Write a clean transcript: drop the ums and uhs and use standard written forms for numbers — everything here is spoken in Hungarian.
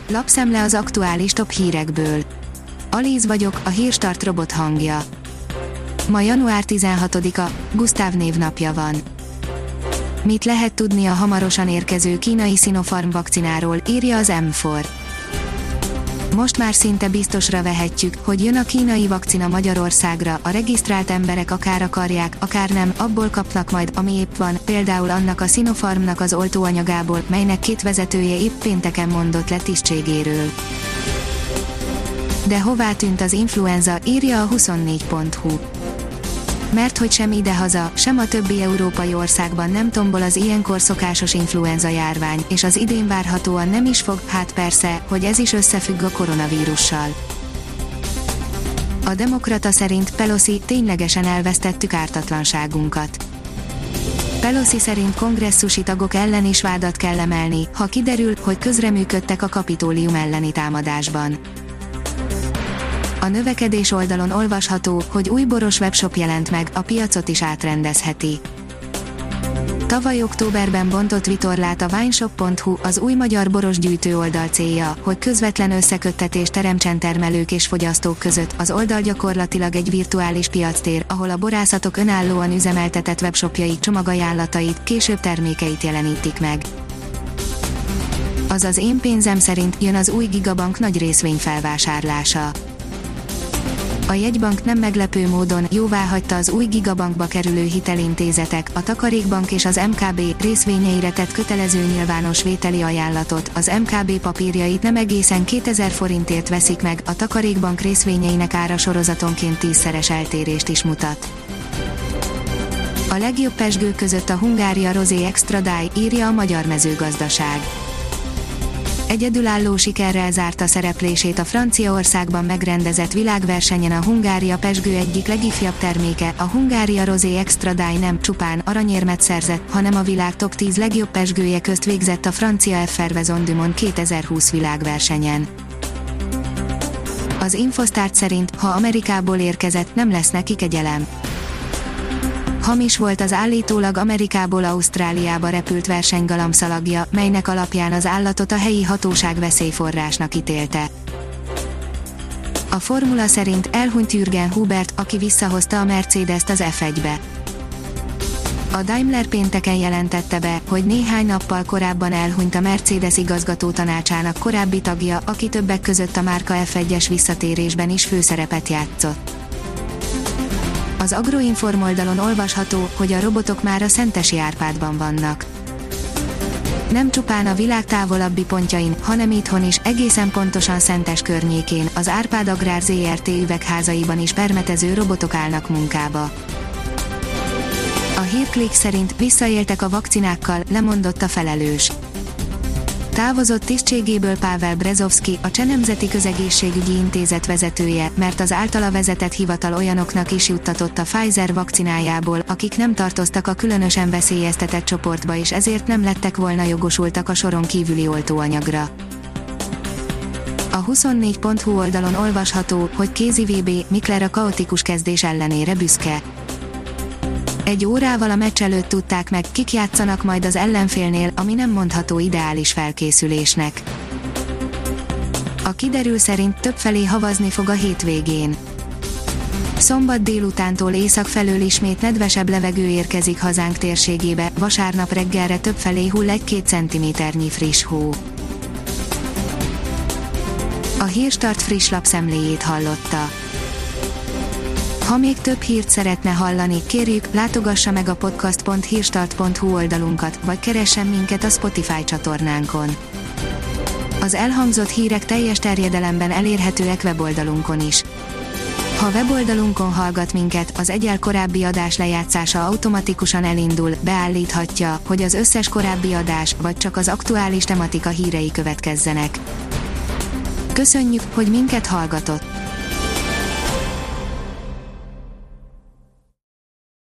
Lapszemle az aktuális top hírekből. Alíz vagyok, a Hírstart robot hangja. Ma január 16-a, Gusztáv névnapja van. Mit lehet tudni a hamarosan érkező kínai Sinopharm vakcináról, írja az M4. Most már szinte biztosra vehetjük, hogy jön a kínai vakcina Magyarországra, a regisztrált emberek akár akarják, akár nem, abból kapnak majd, ami épp van, például annak a Sinopharmnak az oltóanyagából, melynek két vezetője épp pénteken mondott le tisztségéről. De hová tűnt az influenza, írja a 24.hu. Mert hogy sem idehaza, sem a többi európai országban nem tombol az ilyenkor szokásos influenza járvány, és az idén várhatóan nem is fog, hát persze, hogy ez is összefügg a koronavírussal. A Demokrata szerint Pelosi, ténylegesen elvesztettük ártatlanságunkat. Pelosi szerint kongresszusi tagok ellen is vádat kell emelni, ha kiderül, hogy közreműködtek a Kapitólium elleni támadásban. A növekedés oldalon olvasható, hogy új boros webshop jelent meg, a piacot is átrendezheti. Tavaly októberben bontott vitorlát a wineshop.hu, az új magyar boros gyűjtő oldal célja, hogy közvetlen összeköttetést teremtsen termelők és fogyasztók között. Az oldal gyakorlatilag egy virtuális piactér, ahol a borászatok önállóan üzemeltetett webshopjaik csomagajánlatait, később termékeit jelenítik meg. Az én pénzem szerint jön az új Gigabank nagy részvényfelvásárlása. A jegybank nem meglepő módon jóváhagyta az új Gigabankba kerülő hitelintézetek, a Takarékbank és az MKB részvényeire tett kötelező nyilvános vételi ajánlatot. Az MKB papírjait nem egészen 2000 forintért veszik meg, a Takarékbank részvényeinek ára sorozatonként 10-szeres eltérést is mutat. A legjobb pezsgők között a Hungária Rosé Extra Dry, írja a Magyar Mezőgazdaság. Egyedülálló sikerrel zárta szereplését a Franciaországban megrendezett világversenyen a Hungária pezsgő egyik legifjabb terméke, a Hungária Rosé Extra Dry nem csupán aranyérmet szerzett, hanem a világ top 10 legjobb pezsgője közt végzett a francia Effervescent du Monde 2020 világversenyen. Az Infostart szerint, ha Amerikából érkezett, nem lesz neki kegyelem. Hamis volt az állítólag Amerikából Ausztráliába repült versenygalambszalagja, melynek alapján az állatot a helyi hatóság veszélyforrásnak ítélte. A formula szerint elhunyt Jürgen Hubert, aki visszahozta a Mercedest az F1-be. A Daimler pénteken jelentette be, hogy néhány nappal korábban elhunyt a Mercedes igazgatótanácsának korábbi tagja, aki többek között a márka F1-es visszatérésben is főszerepet játszott. Az Agroinform oldalon olvasható, hogy a robotok már a Szentesi Árpádban vannak. Nem csupán a világ távolabbi pontjain, hanem itthon is, egészen pontosan Szentes környékén, az Árpád Agrár Zrt. Üvegházaiban is permetező robotok állnak munkába. A Hírklik szerint visszaéltek a vakcinákkal, lemondott a felelős. Távozott tisztségéből Pavel Brezovszky, a Cseh Nemzeti Közegészségügyi Intézet vezetője, mert az általa vezetett hivatal olyanoknak is juttatott a Pfizer vakcinájából, akik nem tartoztak a különösen veszélyeztetett csoportba és ezért nem lettek volna jogosultak a soron kívüli oltóanyagra. A 24.hu oldalon olvasható, hogy kézi VB, Mikler a kaotikus kezdés ellenére büszke. Egy órával a meccs előtt tudták meg, kik játszanak majd az ellenfélnél, ami nem mondható ideális felkészülésnek. A kiderül szerint többfelé havazni fog a hétvégén. Szombat délutántól észak felől ismét nedvesebb levegő érkezik hazánk térségébe, vasárnap reggelre többfelé hull 1-2 centiméternyi friss hó. A Hírstart friss lapszemléjét hallotta. Ha még több hírt szeretne hallani, kérjük, látogassa meg a podcast.hírstart.hu oldalunkat, vagy keressen minket a Spotify csatornánkon. Az elhangzott hírek teljes terjedelemben elérhetőek weboldalunkon is. Ha weboldalunkon hallgat minket, az egyel korábbi adás lejátszása automatikusan elindul, beállíthatja, hogy az összes korábbi adás, vagy csak az aktuális tematika hírei következzenek. Köszönjük, hogy minket hallgatott!